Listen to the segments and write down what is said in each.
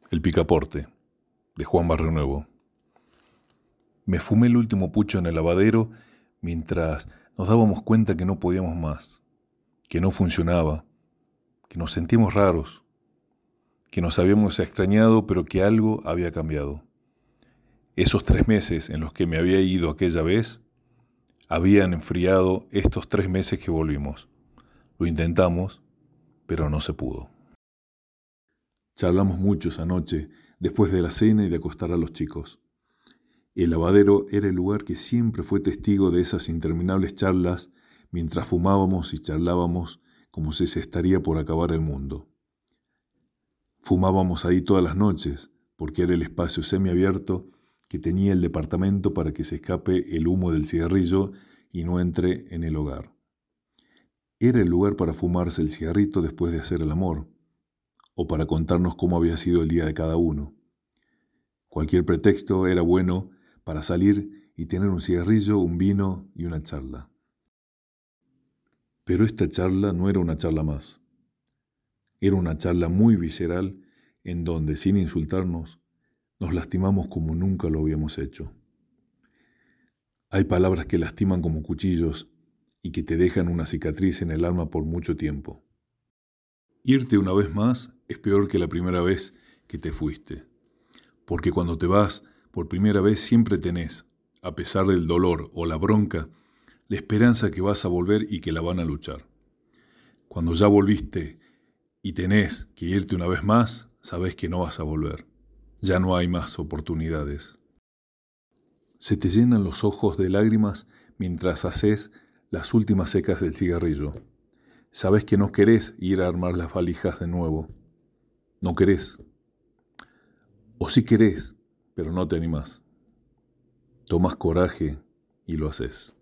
El picaporte, de Juan Barrionuevo. Me fumé el último pucho en el lavadero mientras nos dábamos cuenta que no podíamos más, que no funcionaba, que nos sentíamos raros, que nos habíamos extrañado pero que algo había cambiado. Esos 3 meses en los que me había ido aquella vez habían enfriado estos 3 meses que volvimos. Lo intentamos, pero no se pudo. Charlamos mucho esa noche, después de la cena y de acostar a los chicos. El lavadero era el lugar que siempre fue testigo de esas interminables charlas mientras fumábamos y charlábamos como si se estaría por acabar el mundo. Fumábamos ahí todas las noches, porque era el espacio semiabierto que tenía el departamento para que se escape el humo del cigarrillo y no entre en el hogar. Era el lugar para fumarse el cigarrito después de hacer el amor, o para contarnos cómo había sido el día de cada uno. Cualquier pretexto era bueno para salir y tener un cigarrillo, un vino y una charla. Pero esta charla no era una charla más. Era una charla muy visceral en donde, sin insultarnos, nos lastimamos como nunca lo habíamos hecho. Hay palabras que lastiman como cuchillos y que te dejan una cicatriz en el alma por mucho tiempo. Irte una vez más es peor que la primera vez que te fuiste, porque cuando te vas por primera vez siempre tenés, a pesar del dolor o la bronca, la esperanza que vas a volver y que la van a luchar. Cuando ya volviste y tenés que irte una vez más, sabés que no vas a volver. Ya no hay más oportunidades. Se te llenan los ojos de lágrimas mientras haces las últimas secas del cigarrillo. Sabes que no querés ir a armar las valijas de nuevo. No querés. O sí querés, pero no te animás. Tomás coraje y lo haces.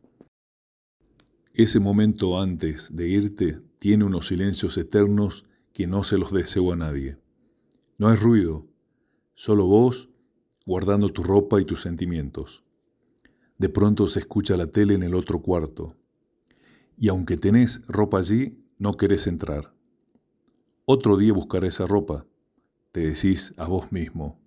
Ese momento antes de irte tiene unos silencios eternos que no se los deseo a nadie. No hay ruido, solo vos guardando tu ropa y tus sentimientos. De pronto se escucha la tele en el otro cuarto. Y aunque tenés ropa allí, no querés entrar. Otro día buscaré esa ropa, te decís a vos mismo.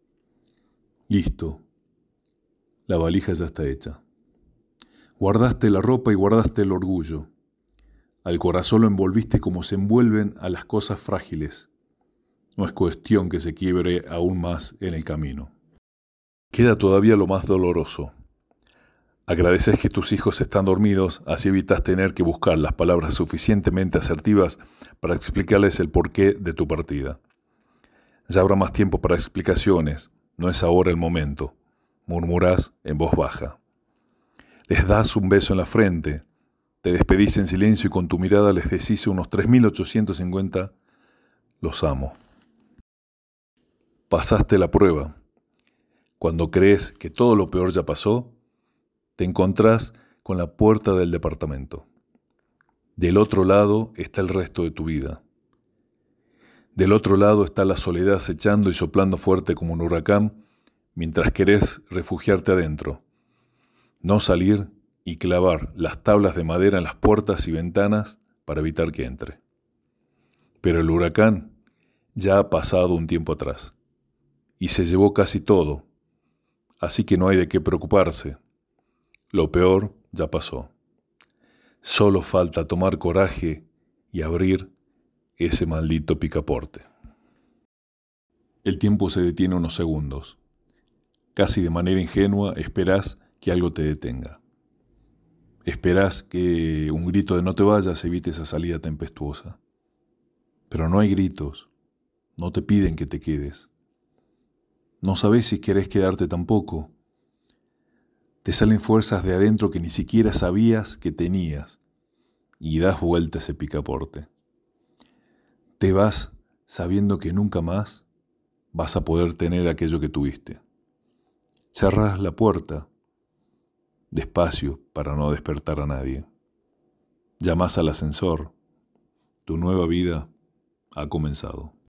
Listo, la valija ya está hecha. Guardaste la ropa y guardaste el orgullo. Al corazón lo envolviste como se envuelven a las cosas frágiles. No es cuestión que se quiebre aún más en el camino. Queda todavía lo más doloroso. Agradeces que tus hijos están dormidos, así evitas tener que buscar las palabras suficientemente asertivas para explicarles el porqué de tu partida. Ya habrá más tiempo para explicaciones, no es ahora el momento, murmurás en voz baja. Les das un beso en la frente, te despedís en silencio y con tu mirada les decís unos 3.850, los amo. Pasaste la prueba. Cuando crees que todo lo peor ya pasó, te encontrás con la puerta del departamento. Del otro lado está el resto de tu vida. Del otro lado está la soledad acechando y soplando fuerte como un huracán, mientras querés refugiarte adentro, no salir y clavar las tablas de madera en las puertas y ventanas para evitar que entre. Pero el huracán ya ha pasado un tiempo atrás y se llevó casi todo, así que no hay de qué preocuparse. Lo peor ya pasó. Solo falta tomar coraje y abrir ese maldito picaporte. El tiempo se detiene unos segundos. Casi de manera ingenua esperás que algo te detenga. Esperás que un grito de no te vayas evite esa salida tempestuosa. Pero no hay gritos. No te piden que te quedes. No sabés si querés quedarte tampoco. Te salen fuerzas de adentro que ni siquiera sabías que tenías y das vuelta ese picaporte. Te vas sabiendo que nunca más vas a poder tener aquello que tuviste. Cerrás la puerta despacio para no despertar a nadie. Llamás al ascensor. Tu nueva vida ha comenzado.